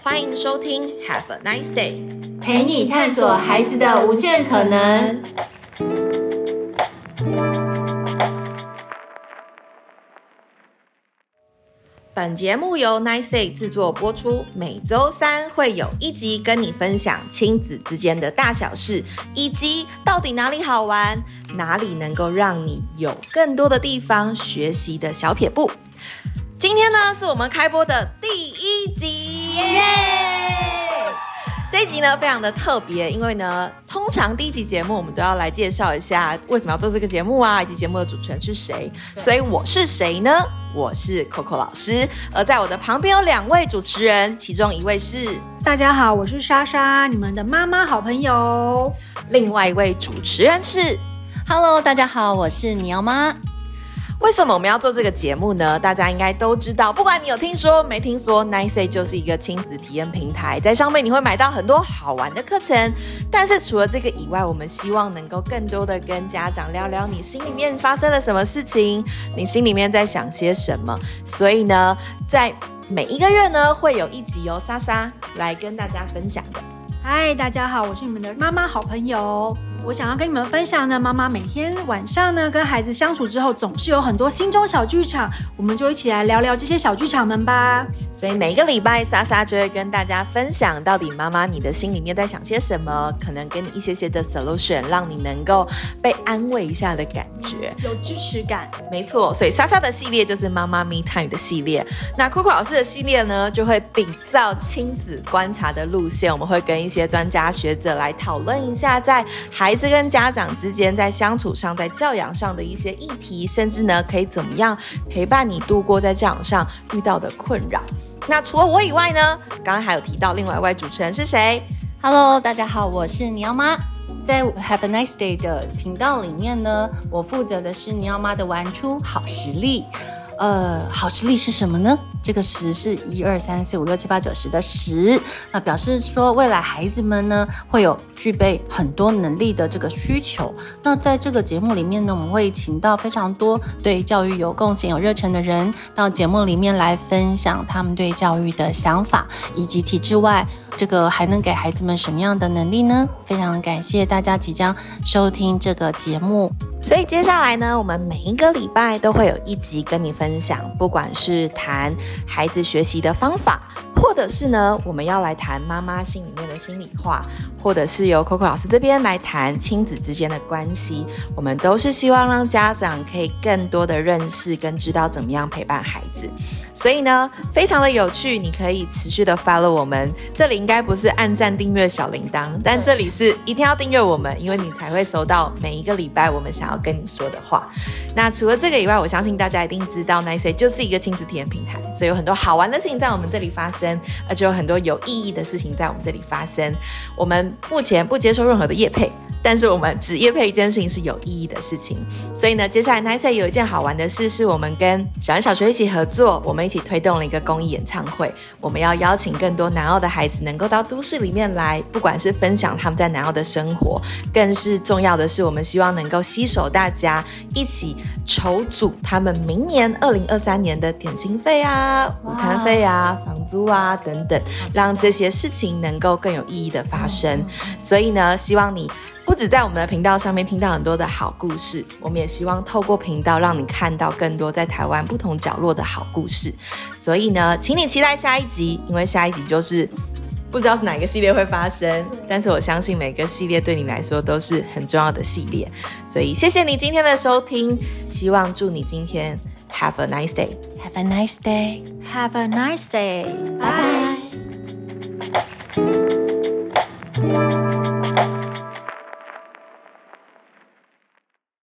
欢迎收听 Have a nice day， 陪你探索孩子的无限可能。 本节目由 Nice Day 制作播出，每周三会有一集跟你分享亲子之间的大小事，以及到底哪里好玩，哪里能够让你有更多的地方学习的小撇步。今天呢是我们开播的第1集，这一集呢非常的特别，因为呢通常第1集节目我们都要来介绍一下为什么要做这个节目啊，以及节目的主持人是谁。所以我是谁呢？我是 Coco 老师，而在我的旁边有2位主持人，其中一位是大家好，我是莎莎，你们的妈妈好朋友。 另外一位主持人是 Hello， 大家好，我是尼奥妈。 为什么我们要做这个节目呢？大家应该都知道，不管你有听说没听说， Nice Day 就是一个亲子体验平台，在上面你会买到很多好玩的课程。但是除了这个以外，我们希望能够更多的跟家长聊聊你心里面发生了什么事情，你心里面在想些什么。所以呢，在每一个月呢，会有一集由莎莎来跟大家分享的。 嗨，大家好，我是你们的妈妈好朋友。我想要跟你们分享呢，妈妈每天晚上呢跟孩子相处之后，总是有很多心中小剧场，我们就一起来聊聊这些小剧场们吧。 所以每一个礼拜，莎莎就会跟大家分享，到底妈妈你的心里面在想些什么，可能给你一些些的 solution， 让你能够被安慰一下的感觉， 有支持感。 没错，所以莎莎的系列就是妈妈 Me Time 的系列，那 Coco 老师的系列呢，就会秉照亲子观察的路线，我们会跟一些专家学者来讨论一下，在孩子跟家长之间在相处上，在教养上的一些议题，甚至呢可以怎么样陪伴你度过在教养上遇到的困扰。那除了我以外呢，刚刚还有提到另外一位主持人是谁？ Hello， 大家好，我是尼奥妈。在 Have a nice day 的频道里面呢，我负责的是尼奥妈的玩出好实力。好实力是什么呢？这个10是1、2、3、4、5、6、7、8、9、10的10，那表示说未来孩子们呢会有具备很多能力的这个需求。那在这个节目里面呢，我们会请到非常多对教育有贡献、有热忱的人到节目里面来分享他们对教育的想法，以及体制外这个还能给孩子们什么样的能力呢？非常感谢大家即将收听这个节目。 所以接下来呢，我们每一个礼拜都会有一集跟你分享，不管是谈孩子学习的方法，或者是呢我们要来谈妈妈心里面的心里话，或者是由 Coco 老师这边来谈亲子之间的关系，我们都是希望让家长可以更多的认识跟知道怎么样陪伴孩子。所以呢非常的有趣，你可以持续的 follow 我们，这里应该不是按赞订阅小铃铛，但这里是一定要订阅我们，因为你才会收到每一个礼拜我们想要跟你说的话。那除了这个以外，我相信大家一定知道 Nice Day 就是一个亲子体验平台，所以有很多好玩的事情在我们这里发生，而且有很多有意义的事情在我们这里发生。我们目前不接受任何的业配，但是我们只业配一件事情是有意义的事情。所以呢，接下来 Nice Day 有一件好玩的事，是我们跟小恩小学一起合作，我们一起推动了一个公益演唱会。我们要邀请更多南澳的孩子能够到都市里面来，不管是分享他们在南澳的生活，更是重要的是，我们希望能够携手大家一起筹组他们明年2023年的点心费啊、午餐费啊、房租啊等等，让这些事情能够更有意义的发生。所以呢，希望你不只在我们的频道上面听到很多的好故事，我们也希望透过频道让你看到更多在台湾不同角落的好故事。所以呢，请你期待下一集，因为下一集就是不知道是哪个系列会发生，但是我相信每个系列对你来说都是很重要的系列。所以谢谢你今天的收听，希望祝你今天 Have a nice day， Have a nice day， Have a nice day， 拜拜。